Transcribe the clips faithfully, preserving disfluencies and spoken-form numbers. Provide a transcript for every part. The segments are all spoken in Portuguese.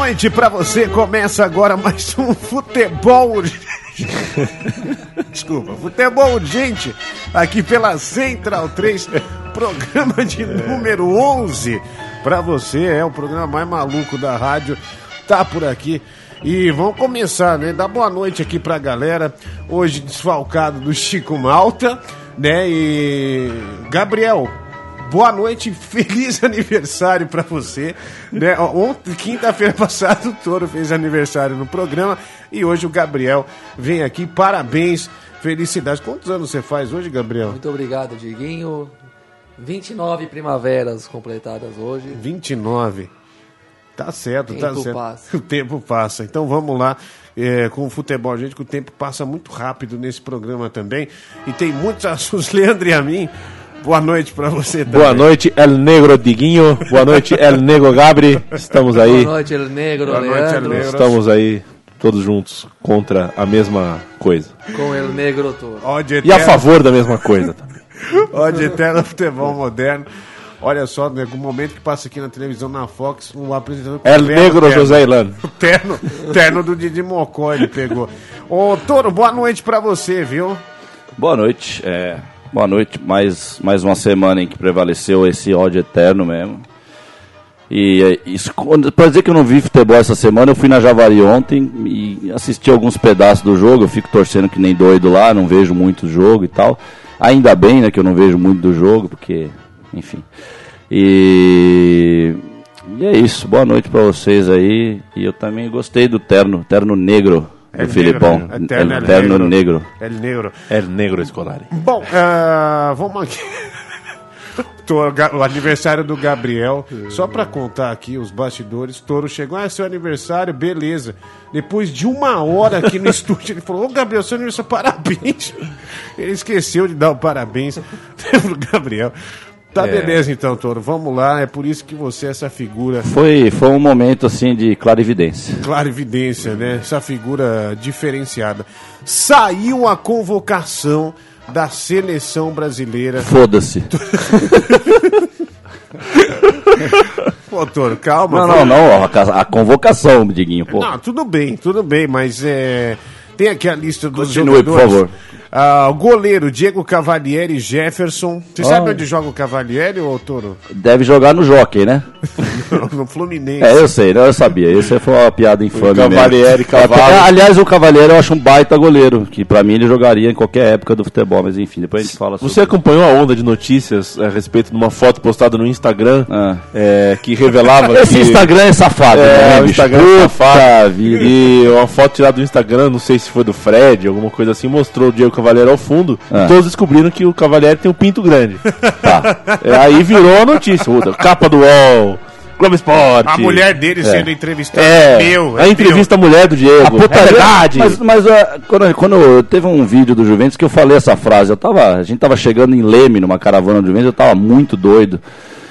noite pra você. Começa agora mais um Futebol Urgente. Desculpa, Futebol Urgente aqui pela Central três, programa de número onze pra você. É o programa mais maluco da rádio, tá por aqui. E vamos começar, né? Dá boa noite aqui pra galera. Hoje desfalcado do Chico Malta, né? E Gabriel, boa noite, feliz aniversário pra você, né? Ontem, quinta-feira passada, o Toro fez aniversário no programa e hoje o Gabriel vem aqui, parabéns, felicidades. Quantos anos você faz hoje, Gabriel? Muito obrigado, Dieguinho. vinte e nove primaveras completadas hoje. vinte e nove. Tá certo, tempo tá certo. Passa. O tempo passa. Então vamos lá, é, com o futebol, gente, que o tempo passa muito rápido nesse programa também. E tem muitos assuntos. Leandro e a mim, boa noite pra você também. Boa noite, El Negro Diguinho. Boa noite, El Negro Gabri. Estamos aí. Boa noite, El Negro, Boa Leandro. noite, El Negro. Estamos aí todos juntos contra a mesma coisa. Com El Negro Toro. Ódio E a eterno, favor da mesma coisa também. ódio eterno futebol moderno. Olha só, em algum momento que passa aqui na televisão, na Fox, um apresentador... El Negro terno, José Ilano. O terno, terno do Didi Mocó ele pegou. Ô, Toro, boa noite pra você, viu? Boa noite, é, boa noite, mais, mais uma semana em que prevaleceu esse ódio eterno mesmo. E é, isso, pra dizer que eu não vi futebol essa semana, eu fui na Javari ontem e assisti alguns pedaços do jogo. Eu fico torcendo que nem doido lá, não vejo muito o jogo e tal. Ainda bem, né, que eu não vejo muito do jogo, porque, enfim. E, e é isso, boa noite pra vocês aí. E eu também gostei do terno, terno negro. Do El Filipão, Negro, Eterno El Terno Negro. El Negro. El Negro Escolar. Bom, uh, vamos aqui. Tô, o aniversário do Gabriel. Só pra contar aqui os bastidores. Toro chegou, ah, é seu aniversário, beleza. Depois de uma hora aqui no estúdio, ele falou: ô Gabriel, seu aniversário, parabéns. Ele esqueceu de dar o parabéns pro Gabriel. Tá, É. Beleza então, Toro, vamos lá. É por isso que você é essa figura Foi, foi um momento assim de clarividência. clarividência, né? Essa figura diferenciada. Saiu a convocação da seleção brasileira. Foda-se. Pô, Toro, calma. Não, não, vamos- não, a, a convocação, Diguinho, pô. Não, tudo bem, tudo bem, mas é... tem aqui a lista dos Continue, por jogadores. favor. Ah, o goleiro Diego Cavalieri e Jefferson. Você Ah. sabe onde joga o Cavalieri, ô Toro? Deve jogar no Jockey, né? No Fluminense. É, eu sei, né? Eu sabia. Isso foi uma piada infame mesmo. Cavalieri, Cavalo. É, aliás, o Cavalieri eu acho um baita goleiro, que pra mim ele jogaria em qualquer época do futebol, mas enfim, depois a gente fala sobre Você acompanhou a onda de notícias a respeito de uma foto postada no Instagram Ah. é, que revelava Esse que... Instagram é safado, É, né, o bicho? Instagram é Puta safado. vida. E uma foto tirada do Instagram, não sei se foi do Fred, alguma coisa assim, mostrou o Diego Cavalieri ao fundo. Ah. E todos descobriram que o Cavalieri tem um pinto grande. Tá. É, aí virou a notícia. Puta, capa do U O L, Globo Esporte. A mulher dele sendo entrevistada. É, Meu, a entrevista à mulher do Diego. A putaria, É verdade. Mas, mas ah, quando, quando teve um vídeo do Juventus que eu falei essa frase, eu tava, a gente tava chegando em Leme, numa caravana do Juventus, eu tava muito doido.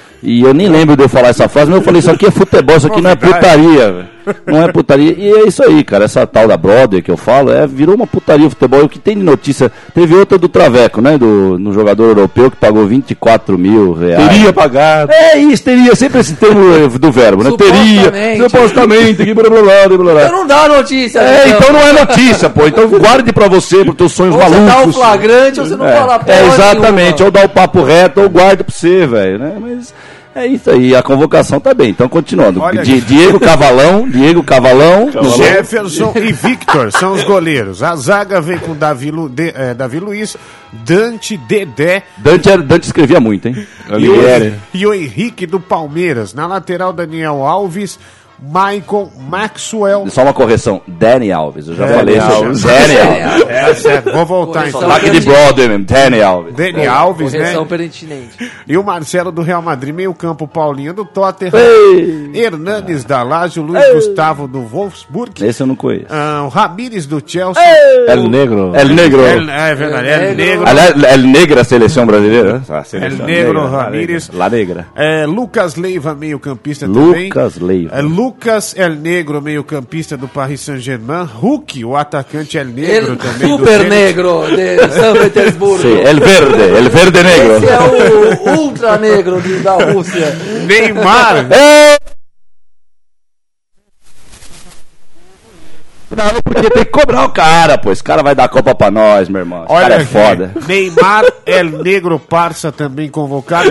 E eu nem lembro de eu falar essa frase, mas eu falei, isso aqui é futebol, isso aqui não é putaria, velho. Não é putaria. E é isso aí, cara, essa tal da Brother que eu falo, é, virou uma putaria o futebol. O que tem de notícia, teve outra do Traveco, né, do, no jogador europeu que pagou vinte e quatro mil reais. Teria pagado. É isso, teria, sempre esse termo eh, do verbo, né? Teria, Supostamente. supostamente, que blá, blá, blá, blá, blá. Então não dá notícia. É, então não é notícia, pô. Então guarde pra você, pros teus sonhos Ou você malucos. dá o flagrante ou você não é, fala porra é, exatamente, nenhuma. ou dá o papo reto ou guarda pra você, velho, né? Mas é isso aí, a convocação tá bem. Então, continuando. Olha Di- aqui. Diego Cavalão, Diego Cavalão. no gol. Jefferson e Victor são os goleiros. A zaga vem com Davi, Lu, de, eh, Davi Luiz, Dante, Dedé Dante, era- Dante escrevia muito, hein? e o, e o Henrique do Palmeiras. Na lateral, Daniel Alves, Michael Maxwell. Só uma correção, Danny Alves, eu já Danny falei isso. Alves. Danny Alves. É, certo. Vou voltar Correção. então. Sotaque de brother mesmo, Danny Alves. Dani Alves, Correção né? pertinente. E o Marcelo do Real Madrid, meio campo Paulinho do Tottenham, Ei. Hernanes da Lazio, Luiz Gustavo do Wolfsburg, Esse eu não conheço. ah, o Ramírez do Chelsea, El Negro. El Negro. El, é verdade, El El Negro, Aliás, El Negra, a seleção brasileira. Ah, seleção El Negro, negra, Ramírez. La Negra. é, Lucas Leiva, meio campista também, Lucas Leiva. é, Lucas El Negro, meio campista do Paris Saint-Germain, Hulk, o atacante El Negro Ele, também do super Zenit. negro de São Petersburgo. Sim, El Verde, El Verde Negro. Esse é o ultra negro de- da Rússia. Neymar, Não, porque tem que cobrar o cara, pô. Esse cara vai dar a Copa pra nós, meu irmão. Esse Olha cara é aqui, foda. Neymar El Negro Parça também convocado.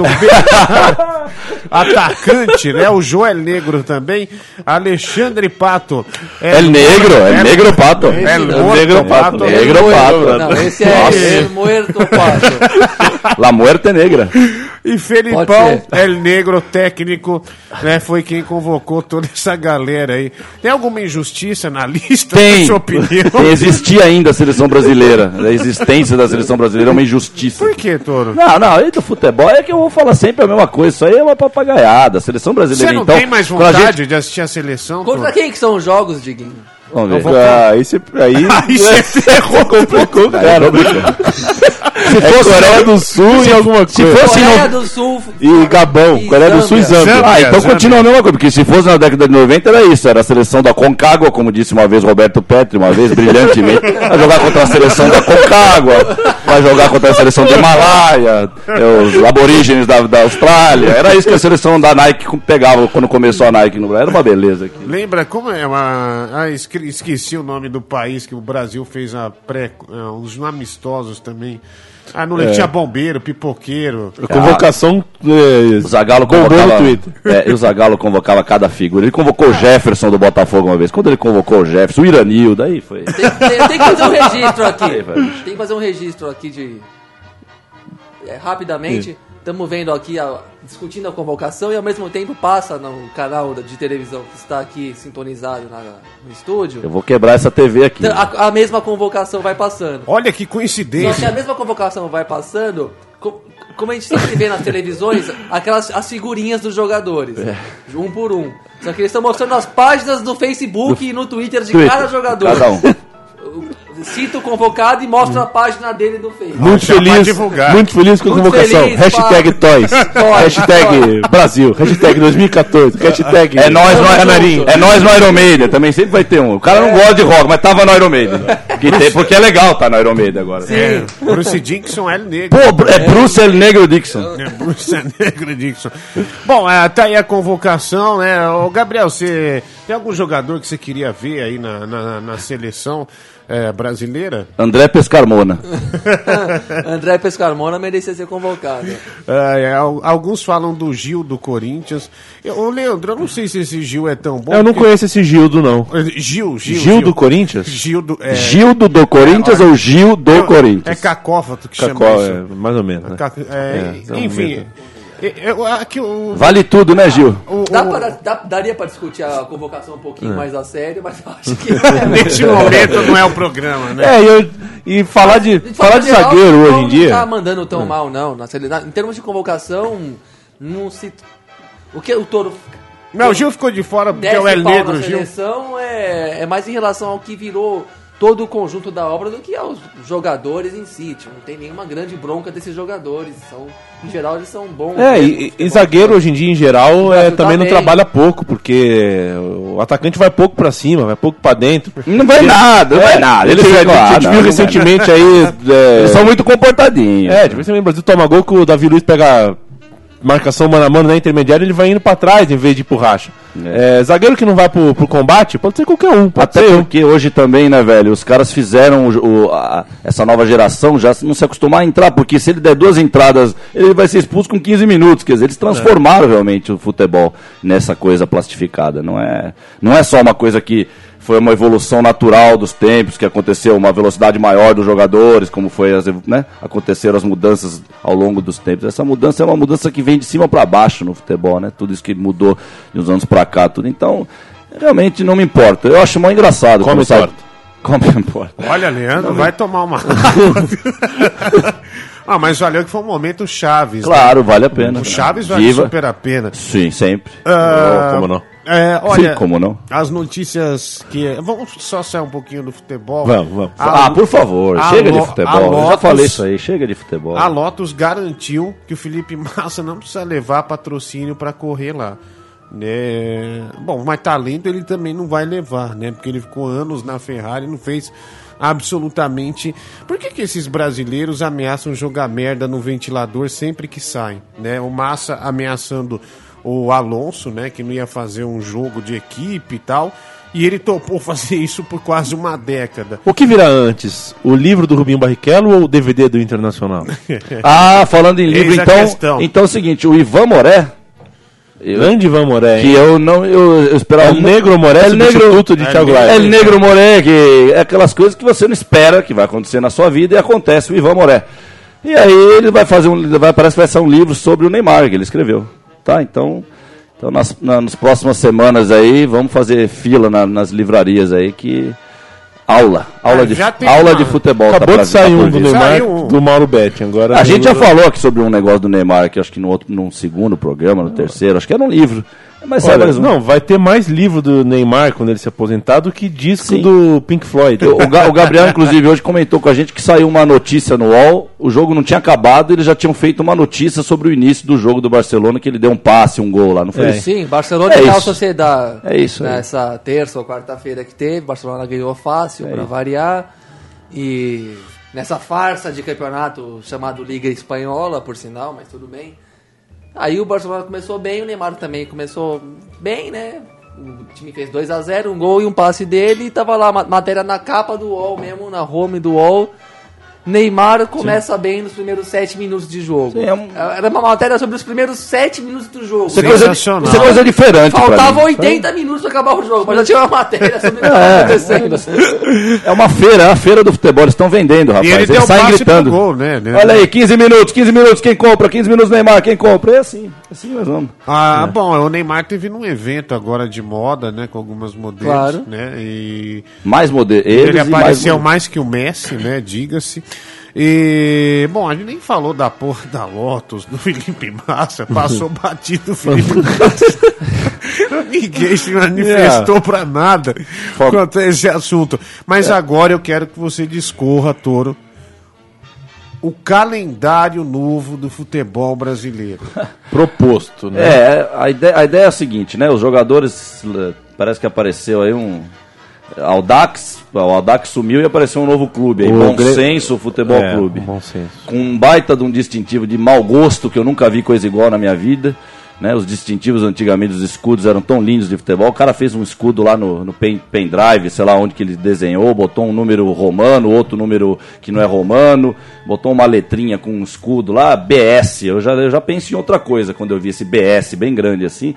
Atacante, né? O Joel Negro também. Alexandre Pato. El Negro, El Negro Pato. El El Morto Negro Pato. Pato. Negro Pato. Não, esse é El Muerto Pato. La Muerte Negra. E Felipão, Pode ser. El Negro, técnico, né, foi quem convocou toda essa galera aí. Tem alguma injustiça na lista, Tem. na sua opinião? Tem. Existia ainda a seleção brasileira. A existência da seleção brasileira é uma injustiça. Por que, Toro? Não, não, aí do futebol é que eu vou falar sempre a mesma coisa. Isso aí é uma papagaiada. A seleção brasileira, Você não então. tem mais quando a vontade gente- de assistir a seleção, Contra Toro? quem que são os jogos, Diguinho? Vamos ver. Ah, aí você. Aí, Aí você ferrou. complicou, Cara, cara. Se É fosse Coreia do Sul e alguma se coisa. fosse Coreia no- do Sul. E Gabão, e Coreia do Sul e Zâmbia. Zâmbia. Zâmbia. Ah, então Zâmbia. continua a mesma coisa, porque se fosse na década de noventa era isso, era a seleção da Concagua, como disse uma vez Roberto Petri, uma vez, brilhantemente, vai jogar contra a seleção da Concagua, vai jogar contra a seleção do Himalaia, é, os aborígenes da, da Austrália, era isso que a seleção da Nike pegava quando começou a Nike no Brasil, era uma beleza aqui. Lembra como é uma... Ah, esque- esqueci o nome do país que o Brasil fez a pré... ah, os amistosos também. Ah, não tinha bombeiro, pipoqueiro. A convocação. É, O Zagallo bombou convocava, no Twitter. é, e o Zagallo convocava cada figura. Ele convocou o Jefferson do Botafogo uma vez. Quando ele convocou o Jefferson, o Iranil, daí foi. Tem, tem- tem que fazer um registro aqui. Aí, velho. Tem que fazer um registro aqui de. é, rapidamente. Estamos vendo aqui, a- discutindo a convocação e ao mesmo tempo passa no canal da- de televisão que está aqui sintonizado na- no estúdio. Eu vou quebrar essa T V aqui. Então, A, a mesma convocação vai passando. Olha que Só que a coincidência. mesma convocação vai passando, co- como a gente sempre vê nas televisões, aquelas as figurinhas dos jogadores, um por um. Só que eles estão mostrando as páginas do Facebook e no Twitter de Twitter, cada jogador. Cada um. Cita o convocado e mostra a página dele no Facebook. Muito já vai feliz, divulgar. muito feliz com a Muito convocação. feliz, Hashtag pá. Toys. Toys, Hashtag Toys. Brasil. Hashtag dois mil e quatorze. Hashtag. É nós, Tamo no, junto. é nós no Iron Maiden, também sempre vai ter um. O cara não gosta de rock, mas tava no Iron Maiden. Que tem, porque é legal tá no Iron Maiden agora. É, Bruce Dixon é negro. Pô, é Bruce El Negro Dixon. É, Bruce é negro, Dixon. Bom, é, tá aí a convocação, né? Ô, Gabriel, você tem algum jogador que você queria ver aí na, na, na seleção é, brasileira? André Pescarmona. André Pescarmona merecia ser convocado. É, é, al- alguns falam do Gil do Corinthians. Eu, ô, Leandro, eu não sei se esse Gil é tão bom. Eu não porque- conheço esse Gildo, não. Gil, Gil. Gil do Corinthians? Gil do. É, Gildo do Corinthians É, ou Gil do é Corinthians? cacófato que chama Cacó, isso. é, mais ou menos. Né? Ca- é, É, é um enfim. meio- eu- eu- aqui o, Vale tudo, né, Gil? o- Dá o- para, dá- daria para discutir a convocação um pouquinho mais a sério, mas eu acho que. neste momento não é o programa, né? É, e, eu, e falar de, falar de geral, zagueiro o hoje João em dia. Não tá mandando tão mal, não. Na sele- na- em termos de convocação, não se. O que o Toro Não, o Gil ficou de fora porque desce é o El pau Negro, na Gil. seleção é, é mais em relação ao que virou todo o conjunto da obra do que aos jogadores em si. Tipo, não tem nenhuma grande bronca desses jogadores. São, em geral, eles são bons. É, mesmo, e, e futebol. zagueiro hoje em dia, em geral, é, Brasil tá também não bem. trabalha pouco, porque o atacante vai pouco pra cima, vai pouco pra dentro. Não vai nada, não vai nada. Ele Eles a ficam, ah, gente não, viu não vai recentemente aí. nada. É, Eles são muito comportadinhos. é, tipo, o Brasil toma gol que o Davi Luiz pega marcação mano a mano na intermediária, ele vai indo pra trás em vez de ir pro racha. É, zagueiro que não vai pro, pro combate, pode ser qualquer um, pode Até ser eu. porque hoje também, né, velho, os caras fizeram o, o- a- essa nova geração já não se acostumar a entrar, porque se ele der duas entradas, ele vai ser expulso com quinze minutos, quer dizer, eles transformaram realmente o futebol nessa coisa plastificada, não é, não é só uma coisa que foi uma evolução natural dos tempos, que aconteceu uma velocidade maior dos jogadores, como foi as, evo- né, aconteceram as mudanças ao longo dos tempos. Essa mudança é uma mudança que vem de cima para baixo no futebol, né? Tudo isso que mudou de uns anos para cá, tudo. Então, realmente não me importa. Eu acho mó engraçado. Come quando sai- torta. Come importa. Olha, Leandro, vai tomar uma. Ah, mas olha que foi um momento Chaves. Claro, vale a pena. Né? O Chaves vale Viva. super a pena. Sim, sempre. Ah, Oh, como não? é, olha, Sim, como não? as notícias que. Vamos só sair um pouquinho do futebol. Vamos, vamos. A- Ah, por favor, a chega Lo- de a futebol. Eu já Lotus- falei isso aí, chega de futebol. A Lotus garantiu que o Felipe Massa não precisa levar patrocínio para correr lá. Né? Bom, mas talento ele também não vai levar, né? Porque ele ficou anos na Ferrari e não fez absolutamente. Por que, que esses brasileiros ameaçam jogar merda no ventilador sempre que saem? Né? O Massa ameaçando o Alonso, né? Que não ia fazer um jogo de equipe e tal. E ele topou fazer isso por quase uma década. O que virá antes? O livro do Rubinho Barrichello ou o D V D do Internacional? Ah, falando em livro, Eis a então, questão. então é o seguinte, o Ivan Moré, eu, Grande Ivan Moré, que hein? eu não, eu, eu esperava... É o mu- Negro Moré, El substituto de El Thiago Negro. Leifert. El Negro Moré, que é aquelas coisas que você não espera que vai acontecer na sua vida e acontece o Ivan Moré. E aí ele vai fazer um, vai, parece que vai ser um livro sobre o Neymar que ele escreveu, tá? Então, então nas, na, nas próximas semanas aí, vamos fazer fila na, nas livrarias aí que... Aula, aula, Ah, de, já tem aula uma- de futebol. Acabou pra- de sair pra um do ver. Neymar, Saiu um. do Mauro Betti. Agora A gente já eu- falou aqui sobre um negócio do Neymar, que acho que no outro, num segundo programa, no terceiro, acho que era um livro. Mas sai Olha, mais um. não, vai ter mais livro do Neymar quando ele se aposentar do que disco Sim. do Pink Floyd. O, Ga- o Gabriel, inclusive, hoje comentou com a gente que saiu uma notícia no U O L, o jogo não tinha acabado, eles já tinham feito uma notícia sobre o início do jogo do Barcelona, que ele deu um passe, um gol lá, não foi É. isso? Sim, Barcelona É e Real isso. Sociedade. É isso aí. Nessa terça ou quarta-feira que teve, Barcelona ganhou fácil, É pra isso. variar. E nessa farsa de campeonato chamado Liga Espanhola, por sinal, mas tudo bem. Aí o Barcelona começou bem, o Neymar também começou bem, né? O time fez dois a zero, um gol e um passe dele, e tava lá, ma- matéria na capa do U O L mesmo, na home do U O L. Neymar começa bem nos primeiros sete minutos de jogo. Sim, é um- Era uma matéria sobre os primeiros sete minutos do jogo. Isso é coisa, Sensacional. isso é coisa diferente pra Faltavam mim. oitenta minutos pra acabar o jogo, mas já tinha uma matéria sobre o que É. estava acontecendo. É uma feira, é a feira do futebol, eles estão vendendo, rapaz. E ele Eles deu saem passe gritando. pro gol, né? Olha aí, quinze minutos, quinze minutos, quem compra? quinze minutos Neymar, quem compra? É assim, assim nós vamos. Ah, bom, o Neymar teve num evento agora de moda, né? Com algumas modelos, Claro. né? E Mais modelo. ele Eles e mais apareceu modelo. mais que o Messi, né? Diga-se. E, bom, a gente nem falou da porra da Lotus, do Felipe Massa, passou batido o Felipe Massa. Ninguém se manifestou pra nada quanto a esse assunto. Mas agora eu quero que você discorra, Toro, o calendário novo do futebol brasileiro. Proposto, né? É, a ideia, a ideia é a seguinte, né? Os jogadores, eh, parece que apareceu aí um Audax, o Audax sumiu e apareceu um novo clube aí, O Bom Gre- Senso Futebol É, Clube. bom senso. Com um baita de um distintivo de mau gosto, que eu nunca vi coisa igual na minha vida. Né? Os distintivos antigamente, os escudos eram tão lindos de futebol. O cara fez um escudo lá no, no pen, pendrive, sei lá onde que ele desenhou, botou um número romano, outro número que não é romano, botou uma letrinha com um escudo lá, B S. Eu já, eu já penso em outra coisa quando eu vi esse B S bem grande assim.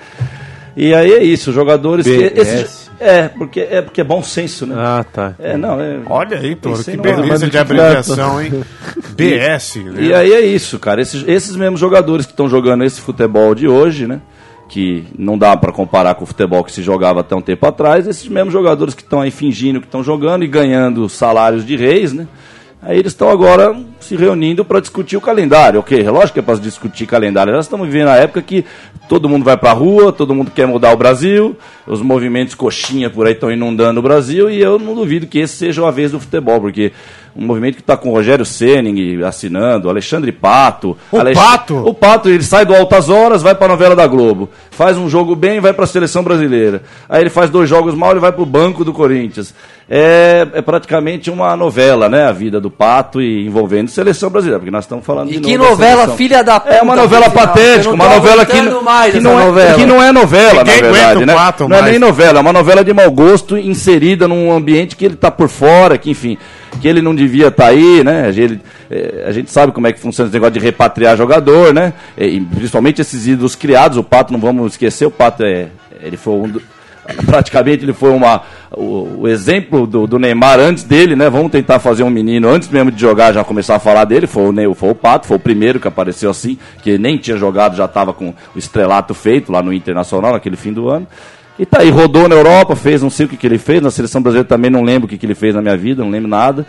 E aí é isso, os jogadores... B Que, S? esses, é, porque, é porque é bom senso, né? Ah, tá. É, não, é... Olha aí, Toro, Pensei que numa- beleza mas de que abreviação, hein? B S, né? E aí é isso, cara. Esses, esses mesmos jogadores que estão jogando esse futebol de hoje, né? Que não dá pra comparar com o futebol que se jogava até um tempo atrás. Esses mesmos jogadores que estão aí fingindo que estão jogando e ganhando salários de reis, né? Aí eles estão agora se reunindo para discutir o calendário. Ok, lógico que é para discutir calendário. Nós estamos vivendo a época que todo mundo vai pra rua, todo mundo quer mudar o Brasil, os movimentos coxinha por aí estão inundando o Brasil, e eu não duvido que esse seja a vez do futebol, porque um movimento que está com o Rogério Ceni assinando, Alexandre Pato. O Alex... Pato? O Pato, ele sai do Altas Horas, vai para a novela da Globo. Faz um jogo bem, vai para a seleção brasileira. Aí ele faz dois jogos mal, ele vai para o banco do Corinthians. É, é praticamente uma novela, né? A vida do Pato e envolvendo seleção brasileira, porque nós estamos falando E de que novo da novela, seleção. filha da puta. É uma novela por sinal. patética, Eu uma não tô novela que, aguentando mais que, essa não é, novela. que não é novela, Ninguém na verdade, aguenta o né? Pato Não é mais. nem novela, é uma novela de mau gosto inserida num ambiente que ele está por fora, que enfim, que ele não devia estar aí, né? Ele, é, a gente sabe como é que funciona esse negócio de repatriar jogador, né? E, e principalmente esses ídolos criados, o Pato, não vamos esquecer, o Pato é, ele foi um do, praticamente ele foi uma, o, o exemplo do, do Neymar antes dele, né? Vamos tentar fazer um menino, antes mesmo de jogar, já começar a falar dele, foi o, Ney, foi o Pato, foi o primeiro que apareceu assim, que nem tinha jogado, já estava com o estrelato feito lá no Internacional, naquele fim do ano. E tá aí, rodou na Europa, fez, não sei o que, que ele fez, na seleção brasileira também não lembro o que, que ele fez na minha vida, não lembro nada.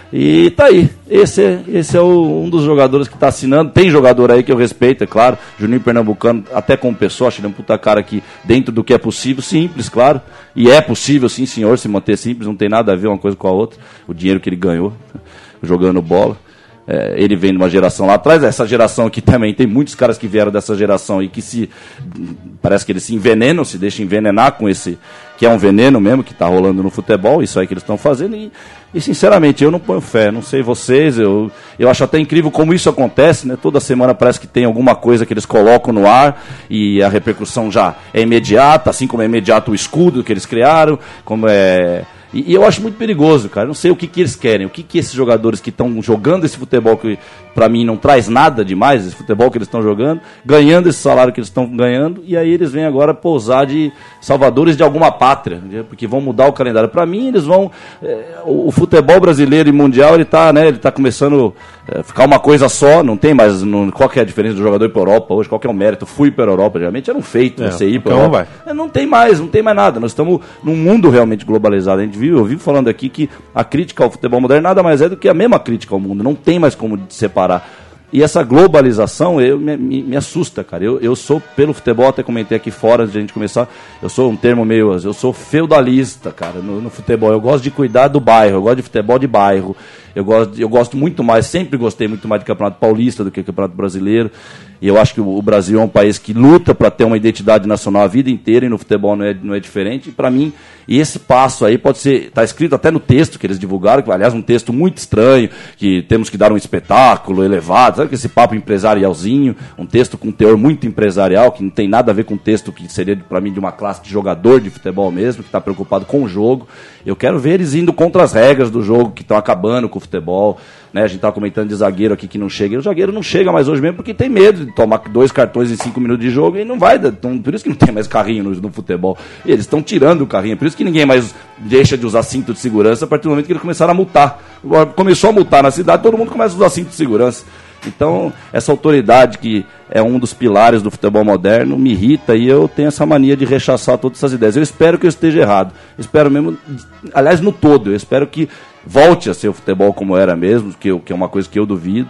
E tá aí, esse é, esse é o, um dos jogadores que tá assinando. Tem jogador aí que eu respeito, é claro. Juninho Pernambucano, até como pessoa, acho ele um puta cara que, dentro do que é possível, simples, claro. E é possível, sim, senhor, se manter simples, não tem nada a ver uma coisa com a outra. O dinheiro que ele ganhou, jogando bola. É, ele vem de uma geração lá atrás, essa geração aqui também, tem muitos caras que vieram dessa geração e que se, parece que eles se envenenam, se deixam envenenar com esse, que é um veneno mesmo, que está rolando no futebol, isso aí que eles estão fazendo, e, E sinceramente, eu não ponho fé, não sei vocês, eu, eu acho até incrível como isso acontece, né? Toda semana parece que tem alguma coisa que eles colocam no ar e a repercussão já é imediata, assim como é imediato o escudo que eles criaram, como é... E, e eu acho muito perigoso, cara. Eu não sei o que, que eles querem. O que, que esses jogadores que estão jogando esse futebol, que pra mim não traz nada demais, esse futebol que eles estão jogando, ganhando esse salário que eles estão ganhando, e aí eles vêm agora pousar de salvadores de alguma pátria, né? Porque vão mudar o calendário. Pra mim, eles vão... É, o, o futebol brasileiro e mundial, ele tá, né, ele tá começando a é, ficar uma coisa só, não tem mais... Não, qual que é a diferença do jogador ir pra Europa hoje? Qual que é o mérito? Fui pra Europa, geralmente era um feito é, você ir pra Europa. Vai. É, não tem mais, não tem mais nada. Nós estamos num mundo realmente globalizado. A gente viu, eu vivo falando aqui que a crítica ao futebol moderno nada mais é do que a mesma crítica ao mundo. Não tem mais como separar. E essa globalização eu, me, me, me assusta, cara. Eu, eu sou, pelo futebol, até comentei aqui fora, antes de a gente começar, eu sou um termo meio... Eu sou feudalista, cara, no, no futebol. Eu gosto de cuidar do bairro, eu gosto de futebol de bairro. Eu gosto, eu gosto muito mais, sempre gostei muito mais de Campeonato Paulista do que Campeonato Brasileiro. E eu acho que o Brasil é um país que luta para ter uma identidade nacional a vida inteira, e no futebol não é, não é diferente. E para mim, esse passo aí pode ser... Está escrito até no texto que eles divulgaram, que aliás um texto muito estranho, que temos que dar um espetáculo elevado, sabe, que esse papo empresarialzinho, um texto com teor muito empresarial, que não tem nada a ver com o texto que seria para mim de uma classe de jogador de futebol mesmo, que está preocupado com o jogo. Eu quero ver eles indo contra as regras do jogo, que estão acabando com o futebol. Né, a gente estava comentando de zagueiro aqui que não chega. O zagueiro não chega mais hoje mesmo porque tem medo de tomar dois cartões em cinco minutos de jogo e não vai. Então, por isso que não tem mais carrinho no, no futebol. E eles estão tirando o carrinho. Por isso que ninguém mais deixa de usar cinto de segurança a partir do momento que eles começaram a multar. Começou a multar na cidade, todo mundo começa a usar cinto de segurança. Então, essa autoridade que é um dos pilares do futebol moderno me irrita e eu tenho essa mania de rechaçar todas essas ideias. Eu espero que eu esteja errado. Eu espero mesmo, aliás, no todo, eu espero que volte a ser o futebol como era mesmo, que, eu, que é uma coisa que eu duvido.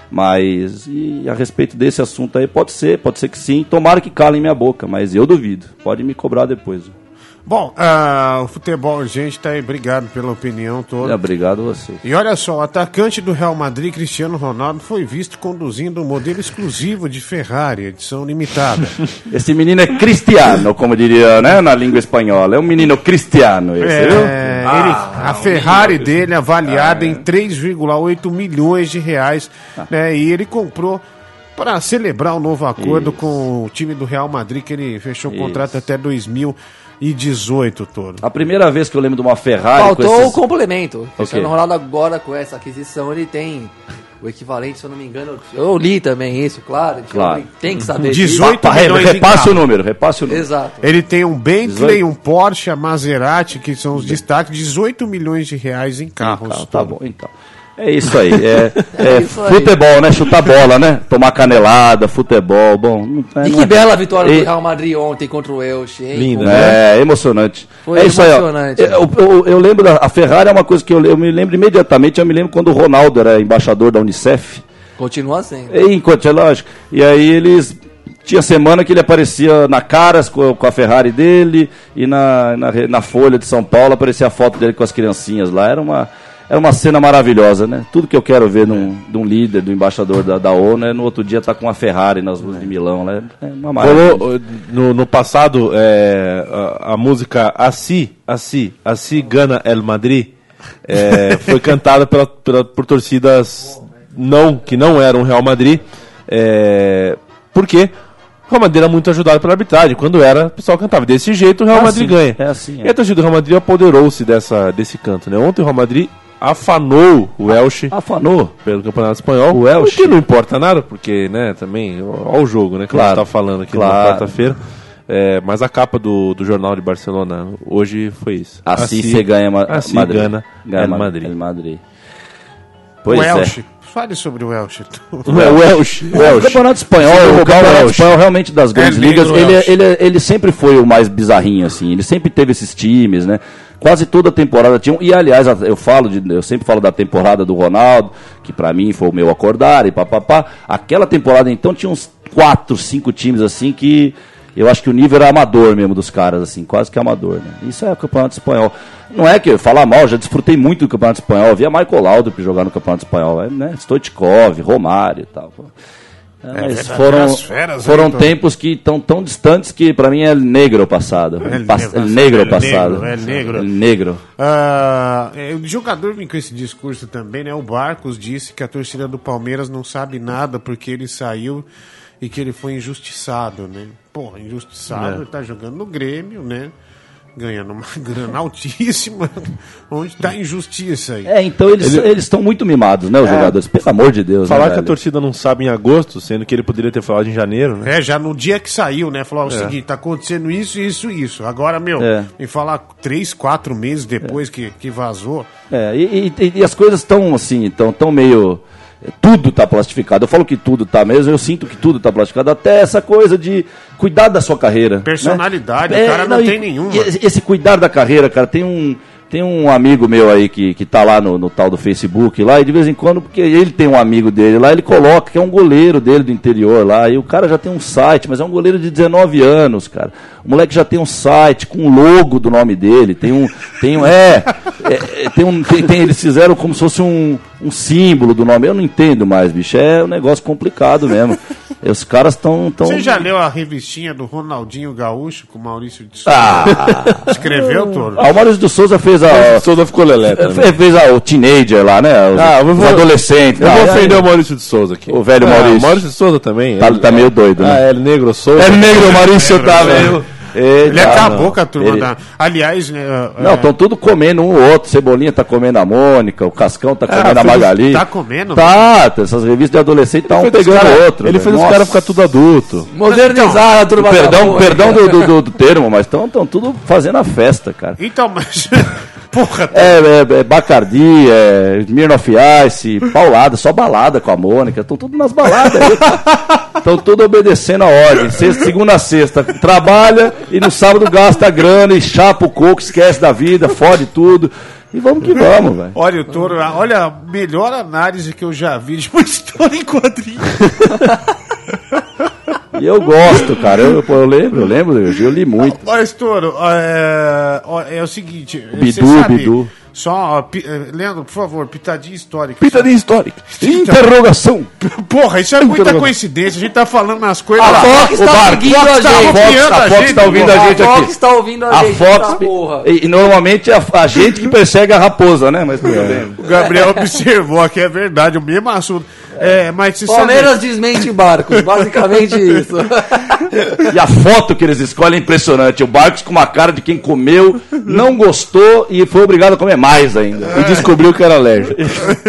Mas, e a respeito desse assunto aí, pode ser, pode ser que sim. Tomara que calem minha boca, mas eu duvido. Pode me cobrar depois. Bom, uh, o futebol, gente, tá aí. Obrigado pela opinião toda. É, obrigado a você. E olha só, o atacante do Real Madrid, Cristiano Ronaldo, foi visto conduzindo um modelo exclusivo de Ferrari, edição limitada. Esse menino é Cristiano, como diria, né, na língua espanhola. É um menino Cristiano esse, é, viu? Ah, ele, a Ferrari dele é avaliada ah, é. em três vírgula oito milhões de reais, ah. né, e ele comprou para celebrar o um novo acordo Isso. com o time do Real Madrid, que ele fechou o contrato Isso. até dois mil e dezoito, todo. A primeira vez que eu lembro de uma Ferrari... Faltou esses... o complemento. O Cristiano Ronaldo agora, com essa aquisição, ele tem o equivalente, se eu não me engano... Eu li também isso, claro. claro. Tem que saber dezoito milhões repasse o número, repasse o número. Exato. Ele tem um Bentley, dezoito. Um Porsche, a Maserati, que são os destaques, dezoito milhões de reais em carros. Carro, tá bom, então. É isso aí, é, é, é isso futebol, aí. Né? Chutar bola, né? Tomar canelada, futebol, bom. Não, é, e que é... bela vitória e... do Real Madrid ontem contra o Elche, hein? Linda, né? É, emocionante. Foi é emocionante. Isso aí, eu, eu, eu lembro, da, a Ferrari é uma coisa que eu, eu me lembro imediatamente, eu me lembro quando o Ronaldo era embaixador da Unicef. Continua sendo. E, enquanto, é lógico. E aí eles... Tinha semana que ele aparecia na Caras com, com a Ferrari dele e na, na, na Folha de São Paulo aparecia a foto dele com as criancinhas lá. Era uma... Era uma cena maravilhosa, né? Tudo que eu quero ver num, de um líder, do embaixador da, da ONU, é no outro dia estar tá com uma Ferrari nas ruas de Milão, né? É uma maravilha. Rolou, no, no passado, é, a, a música Así, Así, Así Gana El Madrid, é, foi cantada pela, pela, por torcidas não, que não eram Real Madrid, é, porque o Real Madrid era muito ajudado pela arbitragem. Quando era, o pessoal cantava desse jeito, o Real é Madrid assim, ganha. É assim, é. E a torcida do Real Madrid apoderou-se dessa, desse canto, né? Ontem o Real Madrid afanou o Elche afanou pelo Campeonato Espanhol, o Elche. O que não importa nada, porque, né, também, olha o jogo, né, que claro, a gente tá falando aqui claro. na quarta-feira, é, mas a capa do, do Jornal de Barcelona hoje foi isso. Assim você ganha ma assim Madrid. Gana, ganha ma Madrid. Madrid. Pois o Elche. É. Fale sobre o Elche. O Elche. O, o Campeonato Espanhol, o Campeonato Espanhol realmente das grandes é ligas, ele, ele, ele sempre foi o mais bizarrinho, assim, ele sempre teve esses times, né? Quase toda a temporada tinha um, e aliás, eu falo de, eu sempre falo da temporada do Ronaldo, que pra mim foi o meu acordar e papapá. Aquela temporada então tinha uns quatro, cinco times assim que eu acho que o nível era amador mesmo dos caras, assim, quase que amador, né? Isso é o Campeonato Espanhol. Não é que eu falar mal, eu já desfrutei muito do Campeonato Espanhol, eu via Michael Laudrup jogar no Campeonato Espanhol, né? Stoichkov, Romário e tal. É, É mas verdade, foram as feras foram aí, então. tempos que estão tão distantes que para mim é negro o passado. É Pas- negro, é negro o é passado. negro, é negro. É negro. Ah, é, o jogador vem com esse discurso também, né? O Barcos disse que a torcida do Palmeiras não sabe nada porque ele saiu e que ele foi injustiçado, né? Porra, injustiçado, É. ele tá jogando no Grêmio, né? Ganhando uma grana altíssima. Onde tá a injustiça aí? É, então eles Ele- eles estão muito mimados, né, os jogadores? Pelo amor de Deus, Falar né, que a velho? torcida não sabe em agosto, sendo que ele poderia ter falado em janeiro, né? É, já no dia que saiu, né? Falou ó, o seguinte, tá acontecendo isso, isso, isso. Agora, meu, É. me falar três, quatro meses depois que, que vazou. É, e, e- e as coisas estão assim, estão tão meio. Tudo está plastificado. Eu falo que tudo está mesmo, eu sinto que tudo está plastificado. Até essa coisa de cuidar da sua carreira. Personalidade, né? o cara não e- tem nenhuma. e Esse, esse cuidar da carreira, cara, tem um. Tem um amigo meu aí que, que tá lá no, no tal do Facebook lá, e de vez em quando, porque ele tem um amigo dele lá, ele coloca que é um goleiro dele do interior lá, e o cara já tem um site, mas é um goleiro de dezenove anos, cara. O moleque já tem um site com o logo do nome dele, tem um. Tem um é, é, é, tem um. Tem, tem- eles fizeram como se fosse um, um símbolo do nome. Eu não entendo mais, bicho. É um negócio complicado mesmo. Os caras estão. Tão... Você já leu a revistinha do Ronaldinho Gaúcho com o Maurício de Souza? Ah! Escreveu, Toro? Ah, o Maurício de Souza fez a. O Souza ficou lelé também. Fez, fez a, o teenager lá, né? Os, Ah, eu os vou- adolescentes. Eu tá? vou Aí- ofender o Maurício de Souza aqui. O velho Ah, Maurício. O Maurício de Souza também. Tá- ele- tá meio doido, né? Ah, é, ele negro Souza. É negro, o Maurício tá meio. Ele Eita, acabou não. com a turma Ele- da... Aliás, né, Não, é, estão tudo comendo um ou outro. Cebolinha tá comendo a Mônica, o Cascão tá comendo a fez- Magali. tá comendo? Tá, essas revistas de adolescente estavam Ele fez os pegando cara- outro. Ele velho. fez os Nossa. caras ficar tudo adulto. Modernizar a turma da Perdão, Mônica. perdão do, do, do- do termo, mas estão tudo fazendo a festa, cara. Então, mas... Porra, É, é, é Bacardi, é Smirnoff Ice, paulada, só balada com a Mônica. Estão tudo nas baladas aí. Estão tudo obedecendo a ordem. Sexta, segunda a sexta, trabalha e no sábado gasta grana e chapa o coco, esquece da vida, fode tudo. E vamos que vamos, velho. olha o Toro, olha a melhor análise que eu já vi de uma história em quadrinho. E eu gosto, cara. Eu, pô, eu lembro, eu lembro, eu, eu li muito. Olha, Toro, é, ó, é o seguinte... você Bidu, sabe, Bidu. Só, ó, pi- eh, Leandro, por favor, pitadinha histórica. Pitadinha histórica. Interrogação. Porra, isso é muita Interrogação. coincidência. A gente tá falando as coisas... A lá. Fox o tá Bar- seguindo Fox a tá gente. copiando a a Fox gente, tá ouvindo a porra. gente A aqui. Fox tá ouvindo a, A gente. Fox, tá, porra. e, e normalmente é a, a gente que persegue a raposa, né? Mas tudo bem. O Gabriel observou aqui, é verdade, o mesmo assunto. É, mas você Palmeiras desmente barcos, basicamente isso. E a foto que eles escolhem é impressionante. O Barcos com uma cara de quem comeu, não gostou e foi obrigado a comer mais ainda. E descobriu que era alérgico.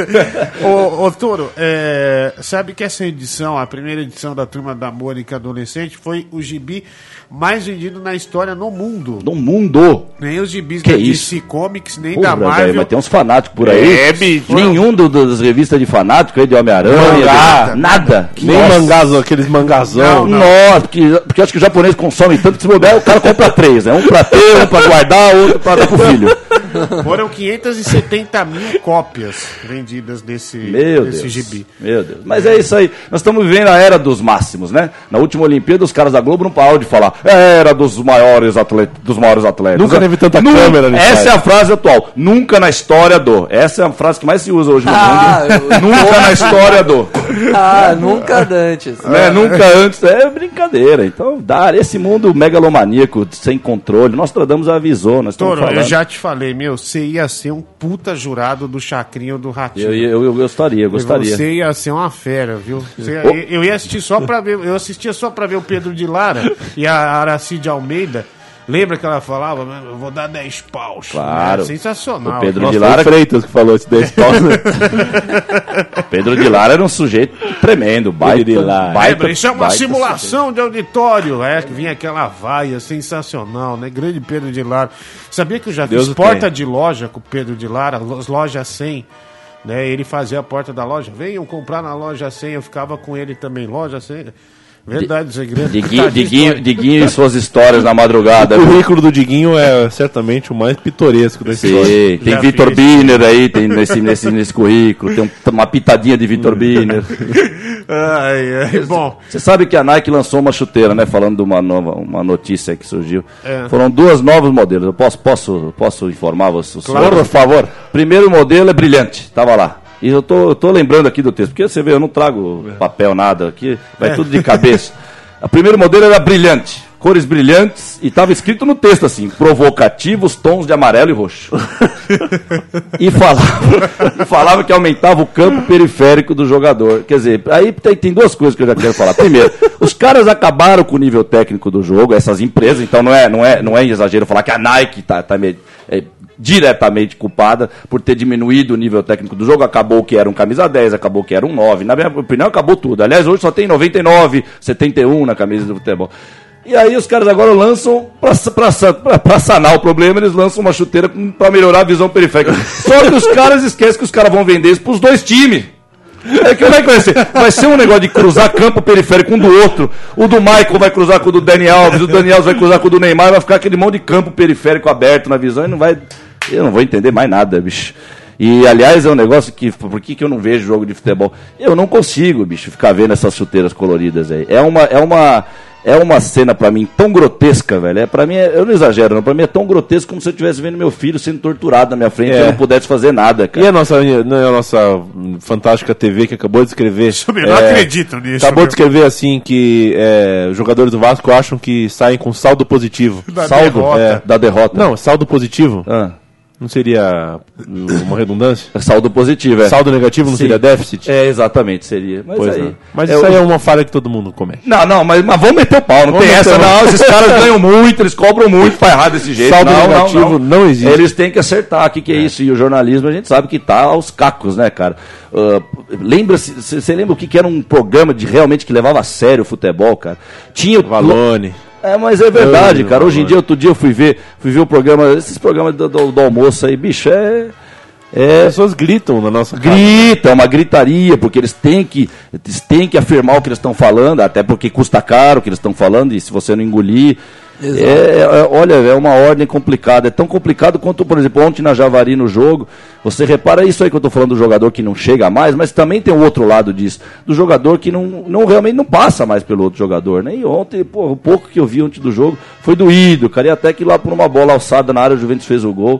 Ô, ô Toro, é, sabe que essa edição, a primeira edição da Turma da Mônica Adolescente, foi o gibi mais vendido na história no mundo. No mundo. Nem os gibis Que da isso? D C Comics, nem Porra, da velho, Marvel. mas tem uns fanáticos por aí. É, bicho. Nenhum do- do- das revistas de fanático aí de Homem-Aranha. Mangá. de- Nada. Nem Nossa. mangás, aqueles mangazão. Não, Nossa, porque, porque acho que o japonês consome tanto que se bobear, o cara compra três, né? Um pra ter, um pra guardar, outro pra dar pro filho. Foram quinhentas e setenta mil cópias vendidas desse, Meu desse Deus. gibi. Meu Deus. Mas é isso aí. Nós estamos vivendo a era dos máximos, né? Na última Olimpíada, os caras da Globo não pararam de falar. É a era dos maiores atletas. Dos maiores atletas. Nunca teve tanta Nunca- câmera nesse Essa site. é a frase atual. Nunca na história do. Essa é a frase que mais se usa hoje no Ah, mundo. eu- Nunca na história do. Ah, nunca dantes. Né? Nunca antes. É brincadeira. Então, dar esse mundo megalomaníaco, sem controle. Nostradamus avisou. Nós estamos Toro, eu falando. já te falei, meu, você ia ser um puta jurado do Chacrinho do Ratinho. Eu, eu, eu gostaria, eu gostaria. Você ia ser uma fera, viu? Você ia- eu ia assistir só pra ver. Eu assistia só pra ver o Pedro de Lara e a Aracide Almeida. Lembra que ela falava, eu vou dar dez paus. Claro. É sensacional. O Pedro Nossa, de Lara- foi o Freitas que falou esse dez paus, né? Pedro de Lara era um sujeito tremendo, baita, de Lara. baita, Lembra? Isso é uma baita simulação de auditório. É, que vinha aquela vaia sensacional, né? Grande Pedro de Lara. Sabia que eu já Deus fiz o porta tenha. de loja com o Pedro de Lara, as lojas cem. Né? Ele fazia a porta da loja. Venham comprar na loja cem. Eu ficava com ele também. Loja cem. Verdade, segredo. Diguinho, Diguinho, Diguinho e suas histórias na madrugada. O currículo do Diguinho é certamente o mais pitoresco da história. Sim, tem Já Vitor fiz. Biner aí, tem nesse, nesse, nesse currículo, tem um- uma pitadinha de Vitor Biner. Ai, ai. Bom, Você sabe que a Nike lançou uma chuteira, né? Falando de uma nova, uma notícia que surgiu. É. Foram duas novos modelos. Eu posso, posso, posso informar vocês? Claro. Por favor. Primeiro modelo é brilhante, tava lá. E eu tô, eu tô lembrando aqui do texto, porque você vê, eu não trago papel, nada aqui, vai é. tudo de cabeça. O primeiro modelo era brilhante, cores brilhantes, e estava escrito no texto assim, provocativos tons de amarelo e roxo. E falava, falava que aumentava o campo periférico do jogador. Quer dizer, aí tem, tem duas coisas que eu já quero falar. Primeiro, os caras acabaram com o nível técnico do jogo, essas empresas, então não é, não é, não é exagero falar que a Nike está tá meio... É, diretamente culpada por ter diminuído o nível técnico do jogo. Acabou que era um camisa dez, acabou que era um nove. Na minha opinião, acabou tudo. Aliás, hoje só tem noventa e nove, setenta e um na camisa do futebol. E aí os caras agora lançam, para sanar o problema, eles lançam uma chuteira para melhorar a visão periférica. Só que os caras esquecem que os caras vão vender isso para os dois times. É, como é que vai ser? Vai ser um negócio de cruzar campo periférico um do outro. O do Michael vai cruzar com o do Dani Alves, o do Dani Alves vai cruzar com o do Neymar, vai ficar aquele monte de campo periférico aberto na visão e não vai... Eu não vou entender mais nada, bicho. E, aliás, é um negócio que... Por que, que eu não vejo jogo de futebol? Eu não consigo, bicho, ficar vendo essas chuteiras coloridas aí. É uma... É uma É uma cena pra mim tão grotesca, velho. É, pra mim, é, eu não exagero, não. Pra mim é tão grotesco como se eu estivesse vendo meu filho sendo torturado na minha frente é. e eu não pudesse fazer nada, cara. E a nossa, a nossa fantástica T V que acabou de escrever... Eu não é, acredito nisso. Acabou meu. de escrever assim que é, os jogadores do Vasco acham que saem com saldo positivo. Da saldo derrota. É, da derrota. Não, saldo positivo. Ah. Não seria uma redundância? Saldo positivo, é. Saldo negativo não Sim. seria déficit? É, exatamente, seria. Mas, pois aí, é. mas é, isso aí eu... é uma falha que todo mundo comete. Não, não, mas, mas vamos meter o pau, não vamos tem essa não. Esses caras ganham muito, eles cobram muito, faz errado desse jeito. Saldo não, negativo não, não. não existe. Eles têm que acertar, o que, que é, é isso? E o jornalismo a gente sabe que tá aos cacos, né, cara? Uh, lembra-se, você lembra o que, que era um programa de realmente que levava a sério o futebol, cara? Tinha o Valone. É, mas é verdade, cara. Hoje em dia, outro dia eu fui ver, fui ver o programa, esses programas do, do, do almoço aí, bicho, é... É, as pessoas gritam na nossa cara. Grita, é uma gritaria, porque eles têm que, eles têm que afirmar o que eles estão falando, até porque custa caro o que eles estão falando, e se você não engolir... É, é, olha, é uma ordem complicada. É tão complicado quanto, por exemplo, ontem na Javari no jogo. Você repara isso aí que eu estou falando do jogador que não chega mais, mas também tem o outro lado disso, do jogador que não, não realmente não passa mais pelo outro jogador, né? E ontem, pô, o pouco que eu vi ontem do jogo foi doído, cara. E até que lá por uma bola alçada na área o Juventus fez o gol.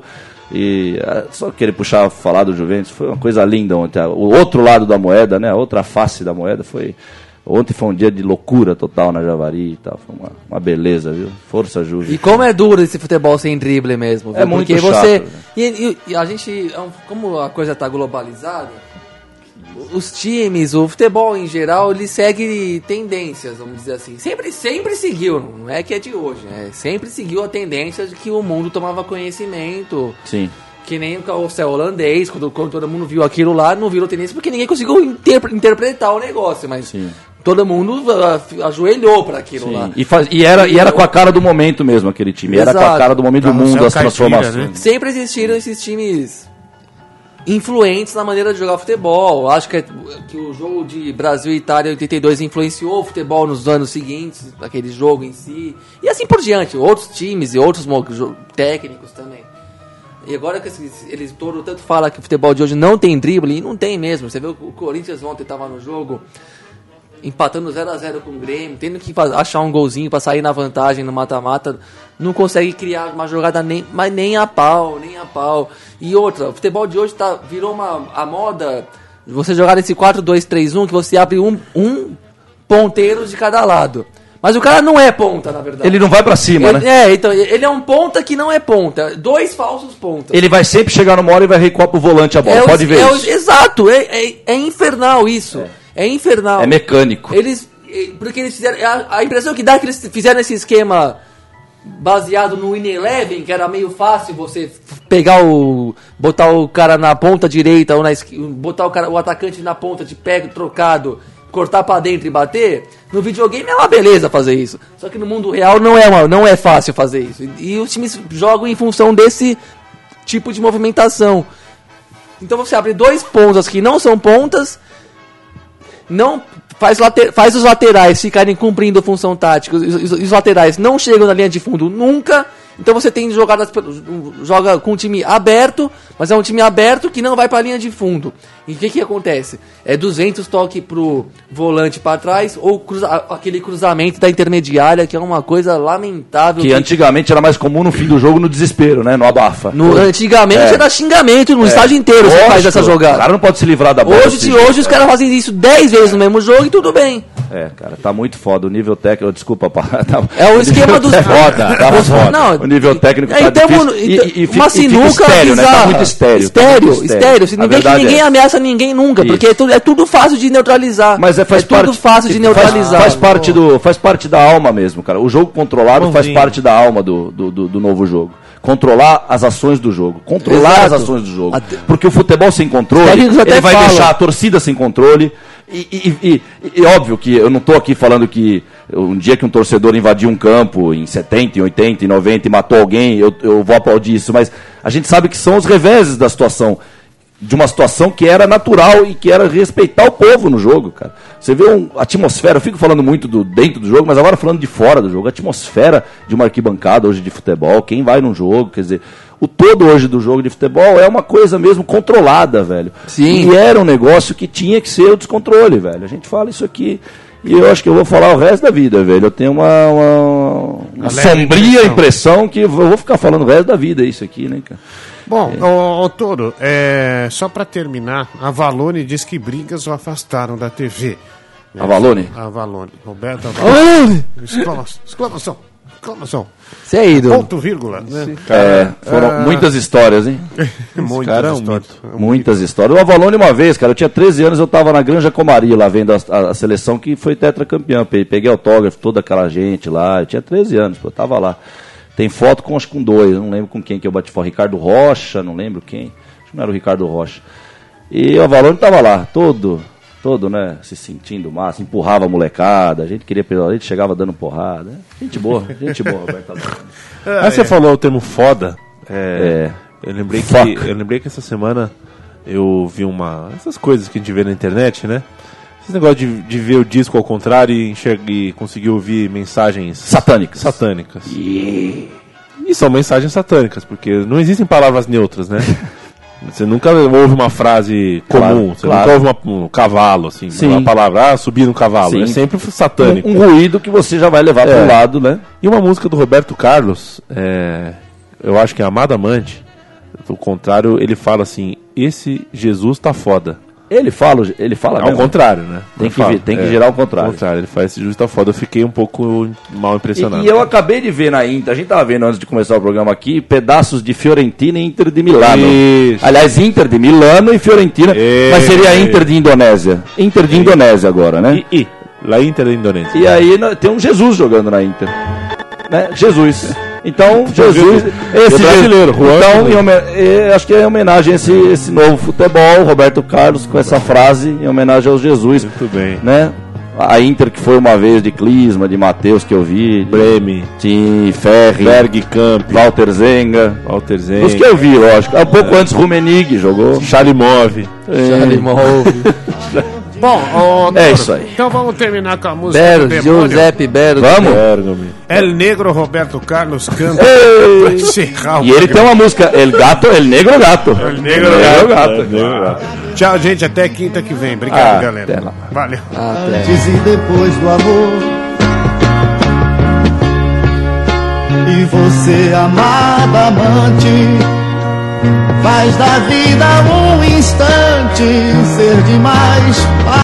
E só querer puxar, falar do Juventus, foi uma coisa linda ontem. O outro lado da moeda, né? A outra face da moeda foi... Ontem foi um dia de loucura total na Javari e tal. Foi uma, uma beleza, viu? Força, Juve. E como é duro esse futebol sem drible mesmo, viu? É muito Porque chato. Você, e, e, e a gente, como a coisa tá globalizada, os times, o futebol em geral, ele segue tendências, vamos dizer assim. Sempre, sempre seguiu, não é que é de hoje, né? Sempre seguiu a tendência de que o mundo tomava conhecimento. Sim. Que nem o carrossel holandês, quando, quando todo mundo viu aquilo lá, não virou tendência porque ninguém conseguiu interpre- interpretar o negócio, mas Sim. todo mundo uh, ajoelhou para aquilo Sim. lá. E, faz, e, era, e era com a cara do momento mesmo aquele time, Exato. Era com a cara do momento carrossel do mundo, as transformações. Né? Sempre existiram esses times influentes na maneira de jogar futebol. Acho que, é, que o jogo de Brasil e Itália em oitenta e dois influenciou o futebol nos anos seguintes, aquele jogo em si, e assim por diante, outros times e outros técnicos também. E agora que eles, eles todo tanto falam que o futebol de hoje não tem drible, e não tem mesmo. Você viu que o Corinthians ontem estava no jogo, empatando zero a zero com o Grêmio, tendo que achar um golzinho para sair na vantagem no mata-mata, não consegue criar uma jogada nem, mas nem a pau, nem a pau. E outra, o futebol de hoje tá, virou uma, a moda, você jogar nesse quatro dois três um, que você abre um, um ponteiro de cada lado. Mas o cara não é ponta, na verdade. Ele não vai pra cima, ele, né? É, então, ele é um ponta que não é ponta. Dois falsos pontas. Ele vai sempre chegar numa hora e vai recuar pro volante a bola. É Pode o, ver é isso. O, exato, é, é, é infernal isso. É. é infernal. É mecânico. Eles, porque eles fizeram... A, a impressão que dá é que eles fizeram esse esquema baseado no Win Eleven, que era meio fácil você pegar o... botar o cara na ponta direita, ou na botar o, cara, o atacante na ponta de pé trocado, cortar pra dentro e bater. No videogame é uma beleza fazer isso. Só que no mundo real não é, uma, não é fácil fazer isso. E, e os times jogam em função desse tipo de movimentação. Então você abre dois pontas que não são pontas, não faz, later, faz os laterais ficarem cumprindo função tática, os, os, os laterais não chegam na linha de fundo nunca, Então você tem jogadas, joga com um time aberto, mas é um time aberto que não vai pra linha de fundo. E o que que acontece? É duzentos toques pro volante pra trás, ou cruza, aquele cruzamento da intermediária, que é uma coisa lamentável. Que, que antigamente era mais comum no fim do jogo, no desespero, né? No abafa. No, antigamente é. era xingamento no é. estádio inteiro, Lógico, você faz essa jogada. O cara não pode se livrar da bola. Hoje, hoje os caras fazem isso dez vezes no mesmo jogo e tudo bem. É, cara, tá muito foda. O nível técnico, desculpa, pá, tá, é o esquema dos foda, tá foda. Não, o nível técnico é, tá então, difícil. E, e, uma e sinuca estéreo, né? Tá muito estéreo. Estéreo, tá muito estéreo. Se ninguém, que ninguém é. ameaça ninguém nunca, isso. porque é tudo, é tudo fácil de neutralizar. Mas é, faz é parte, tudo fácil de neutralizar. Faz, faz, parte do, faz parte da alma mesmo, cara. O jogo controlado Bonzinho. faz parte da alma do, do, do, do novo jogo. Controlar as ações do jogo. Controlar Exato. as ações do jogo. Até... Porque o futebol sem controle, ele vai fala. deixar a torcida sem controle. E, e, e, e, e óbvio que eu não estou aqui falando que um dia que um torcedor invadiu um campo em setenta, em oitenta, em noventa e matou alguém, eu, eu vou aplaudir isso. Mas a gente sabe que são os reveses da situação. De uma situação que era natural e que era respeitar o povo no jogo, cara. Você vê um, a atmosfera, eu fico falando muito do dentro do jogo, mas agora falando de fora do jogo, a atmosfera de uma arquibancada hoje de futebol, quem vai num jogo, quer dizer, o todo hoje do jogo de futebol é uma coisa mesmo controlada, velho. Sim. E era um negócio que tinha que ser o descontrole, velho. A gente fala isso aqui e eu acho que eu vou falar o resto da vida, velho. Eu tenho uma, uma, uma sombria impressão. impressão que eu vou ficar falando o resto da vida isso aqui, né, cara? Bom, é. ô, ô Toro, é, só para terminar, a Valone diz que brigas o afastaram da T V. A Valone? A Valone. Roberto Valone. Exclamação, exclamação, exclamação. Você é ídolo. Ponto, vírgula. Né? É, foram ah, muitas histórias, hein? muitas cara, histórias. Muitas, muitas histórias. O Avalone uma vez, cara, eu tinha treze anos, eu tava na Granja Comari lá vendo a, a, a seleção que foi tetracampeã. Peguei autógrafo, toda aquela gente lá. Eu tinha treze anos, pô, eu tava lá. Tem foto com, acho que com dois, não lembro com quem que eu bati foto. Ricardo Rocha, não lembro quem. Acho que não era o Ricardo Rocha. E o Avalone tava lá, todo, todo, né, se sentindo massa, empurrava a molecada, a gente queria pegar, a gente chegava dando porrada. Gente boa, gente boa, Roberto. Ah, você falou o termo foda. É, é. Eu, lembrei que, eu lembrei que essa semana eu vi uma... Essas coisas que a gente vê na internet, né? Esse negócio de, de ver o disco ao contrário e, enxergar, e conseguir ouvir mensagens satânicas. Satânicas. Yeah. E são mensagens satânicas, porque não existem palavras neutras, né? Você nunca ouve uma frase comum, claro, você claro. nunca ouve uma, um cavalo, assim, Sim. uma palavra, ah, subir no cavalo. Sim. É sempre satânico. Um, um ruído que você já vai levar é. para o lado, né? E uma música do Roberto Carlos, é, eu acho que é Amado Amante, do contrário, ele fala assim, esse Jesus tá foda. Ele fala, ele fala Ao mesmo. contrário, né? Tem, que, vir, tem é, que gerar o contrário. contrário. Ele faz esse justo tá foda. Eu fiquei um pouco mal impressionado. E, e eu acabei de ver na Inter, a gente tava vendo antes de começar o programa aqui, pedaços de Fiorentina e Inter de Milano. Isso. Aliás, Inter de Milano e Fiorentina. Isso. Mas seria Inter de Indonésia. Inter de Isso. Indonésia agora, né? E, e. Lá Inter da Indonésia. E aí tem um Jesus jogando na Inter. Né? Jesus. Então, Jesus, esse brasileiro, Juan, então, em homen- acho que é em homenagem a esse, esse novo futebol, Roberto Carlos, com essa frase, em homenagem ao Jesus. Muito bem. Né? A Inter, que foi uma vez de Clisma, de Matheus, que eu vi. Breme. Sim, Ferri. Bergkamp. Walter Zenga. Walter Zenga. Os que eu vi, lógico. Um pouco é. antes, Rumenig jogou. Chalimov. É. Chalimov. Bom, oh, é isso aí. Então vamos terminar com a música Berg, do demônio. Giuseppe Berg. Vamos? Bergami. El Negro Roberto Carlos canta pra encerrar o E ele tem uma música, El Gato, El Negro Gato. El Negro Gato. Gato. El Negro Gato. Tchau, gente, até quinta que vem. Obrigado, ah, galera. Valeu. Até. Antes e depois do amor. E você, amada amante, faz da vida um instante ser demais.